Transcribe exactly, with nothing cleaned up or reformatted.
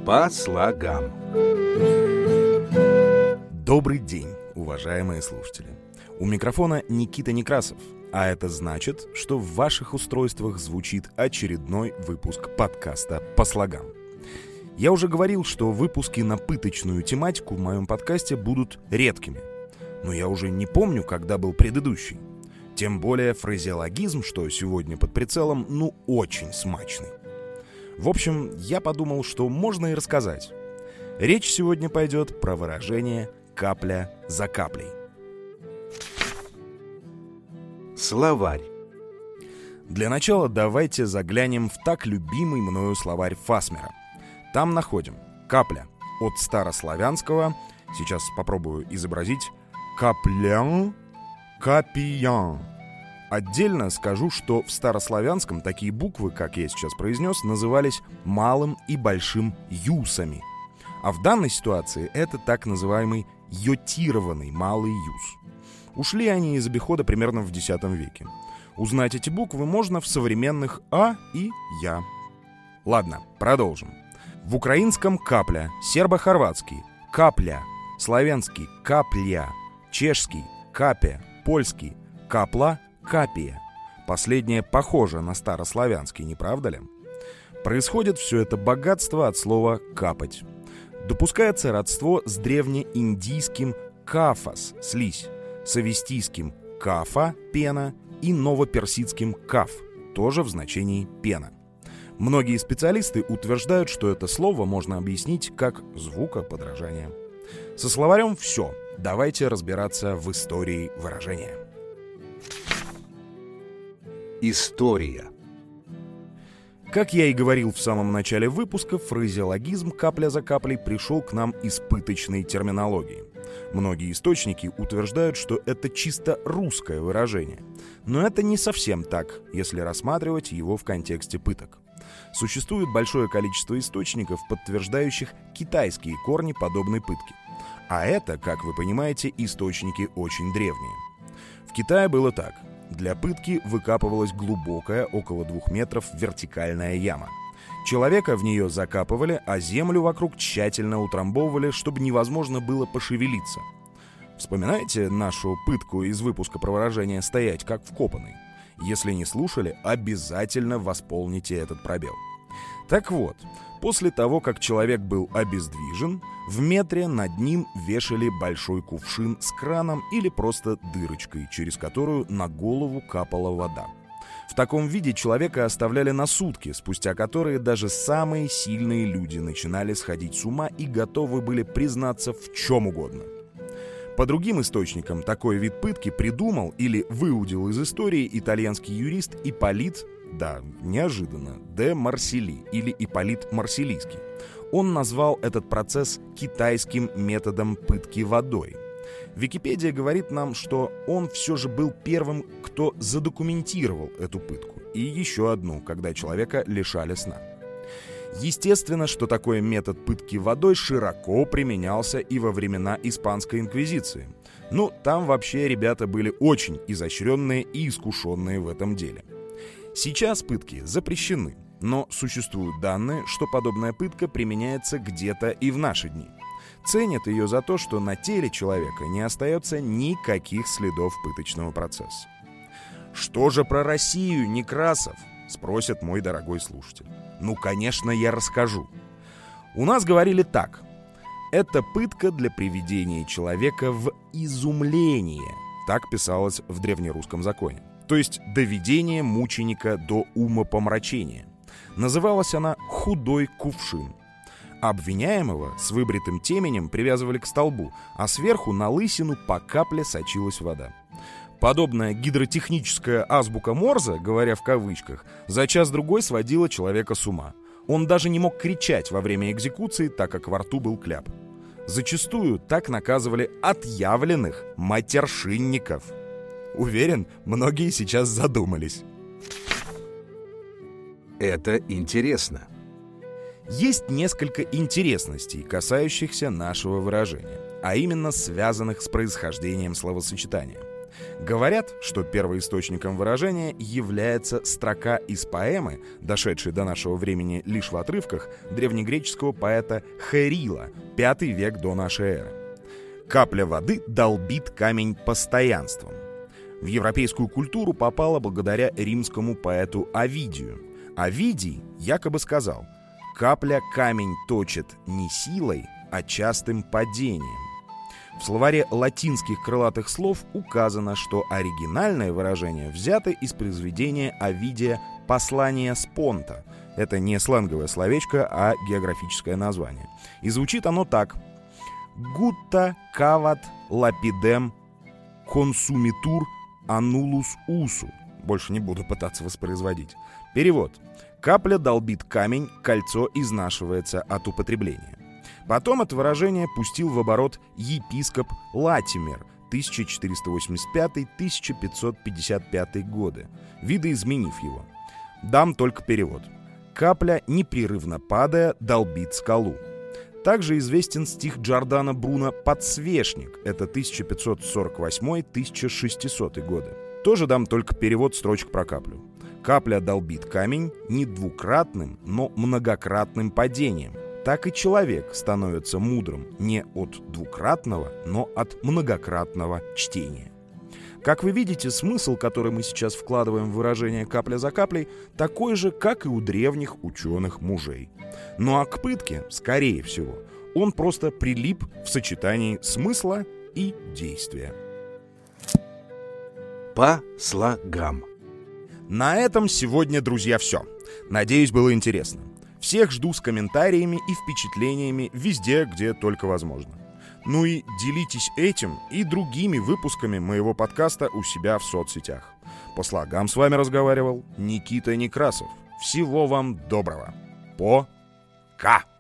По слогам. Добрый день, уважаемые слушатели. У микрофона Никита Некрасов, а это значит, что в ваших устройствах звучит очередной выпуск подкаста «По слогам». Я уже говорил, что выпуски на пыточную тематику в моем подкасте будут редкими. Но я уже не помню, когда был предыдущий. Тем более фразеологизм, что сегодня под прицелом, ну очень смачный. В общем, я подумал, что можно и рассказать. Речь сегодня пойдет про выражение «капля за каплей». Словарь. Для начала давайте заглянем в так любимый мною словарь Фасмера. Там находим «капля» от старославянского, сейчас попробую изобразить, «капля», «капиян». Отдельно скажу, что в старославянском такие буквы, как я сейчас произнес, назывались малым и большим юсами. А в данной ситуации это так называемый йотированный малый юс. Ушли они из обихода примерно в десятом веке. Узнать эти буквы можно в современных «а» и «я». Ладно, продолжим. В украинском «капля», сербо-хорватский «капля», славянский «капля», чешский «капе», польский «капла», «капия». Последнее похоже на старославянский, не правда ли? Происходит все это богатство от слова «капать». Допускается родство с древнеиндийским «кафас» — слизь, с авестийским «кафа» — пена и новоперсидским «каф» тоже в значении «пена». Многие специалисты утверждают, что это слово можно объяснить как звукоподражание. Со словарем все. Давайте разбираться в истории выражения. История. Как я и говорил в самом начале выпуска, фразеологизм «капля за каплей» пришел к нам из пыточной терминологии. Многие источники утверждают, что это чисто русское выражение. Но это не совсем так, если рассматривать его в контексте пыток. Существует большое количество источников, подтверждающих китайские корни подобной пытки. А это, как вы понимаете, источники очень древние. В Китае было так. Для пытки выкапывалась глубокая, около двух метров, вертикальная яма. Человека в нее закапывали, а землю вокруг тщательно утрамбовывали, чтобы невозможно было пошевелиться. Вспоминаете нашу пытку из выпуска про выражение «стоять как вкопанный»? Если не слушали, обязательно восполните этот пробел. Так вот, после того, как человек был обездвижен, в метре над ним вешали большой кувшин с краном или просто дырочкой, через которую на голову капала вода. В таком виде человека оставляли на сутки, спустя которые даже самые сильные люди начинали сходить с ума и готовы были признаться в чем угодно. По другим источникам, такой вид пытки придумал или выудил из истории итальянский юрист Ипполит, да, неожиданно, де Марсили или Ипполит Марсилийский. Он назвал этот процесс китайским методом пытки водой. Википедия говорит нам, что он все же был первым, кто задокументировал эту пытку, и еще одну, когда человека лишали сна. Естественно, что такой метод пытки водой широко применялся и во времена Испанской инквизиции. Ну, там вообще ребята были очень изощренные и искушенные в этом деле. Сейчас пытки запрещены, но существуют данные, что подобная пытка применяется где-то и в наши дни. Ценят ее за то, что на теле человека не остается никаких следов пыточного процесса. «Что же про Россию, Некрасов?» — спросит мой дорогой слушатель. Ну, конечно, я расскажу. У нас говорили так. Это пытка для приведения человека в изумление. Так писалось в древнерусском законе. То есть доведение мученика до умопомрачения. Называлась она «худой кувшин». Обвиняемого с выбритым теменем привязывали к столбу, а сверху на лысину по капле сочилась вода. Подобная гидротехническая азбука Морзе, говоря в кавычках, за час-другой сводила человека с ума. Он даже не мог кричать во время экзекуции, так как во рту был кляп. Зачастую так наказывали отъявленных матершинников. Уверен, многие сейчас задумались. Это интересно. Есть несколько интересностей, касающихся нашего выражения, а именно связанных с происхождением словосочетания. Говорят, что первоисточником выражения является строка из поэмы, дошедшей до нашего времени лишь в отрывках, древнегреческого поэта Херила, пятый век до нашей эры. «Капля воды долбит камень постоянством». В европейскую культуру попала благодаря римскому поэту Овидию. Овидий якобы сказал: «Капля камень точит не силой, а частым падением». В словаре латинских крылатых слов указано, что оригинальное выражение взято из произведения Овидия «Послание Спонта». Это не сленговое словечко, а географическое название. И звучит оно так: «Гутта кават лапидем консумитур анулус усу». Больше не буду пытаться воспроизводить. Перевод: «Капля долбит камень, кольцо изнашивается от употребления». Потом это выражение пустил в оборот епископ Латимер тысяча четыреста восемьдесят пятый — тысяча пятьсот пятьдесят пятый годы, видоизменив его. Дам только перевод: «Капля, непрерывно падая, долбит скалу». Также известен стих Джордано Бруно «Подсвечник». Это тысяча пятьсот сорок восьмой — тысяча шестисотый годы. Тоже дам только перевод строчек про каплю. «Капля долбит камень не двукратным, но многократным падением. Так и человек становится мудрым не от двукратного, но от многократного чтения». Как вы видите, смысл, который мы сейчас вкладываем в выражение «капля за каплей», такой же, как и у древних ученых-мужей. Ну а к пытке, скорее всего, он просто прилип в сочетании смысла и действия. По слогам. На этом сегодня, друзья, все. Надеюсь, было интересно. Всех жду с комментариями и впечатлениями везде, где только возможно. Ну и делитесь этим и другими выпусками моего подкаста у себя в соцсетях. По слогам с вами разговаривал Никита Некрасов. Всего вам доброго. Пока!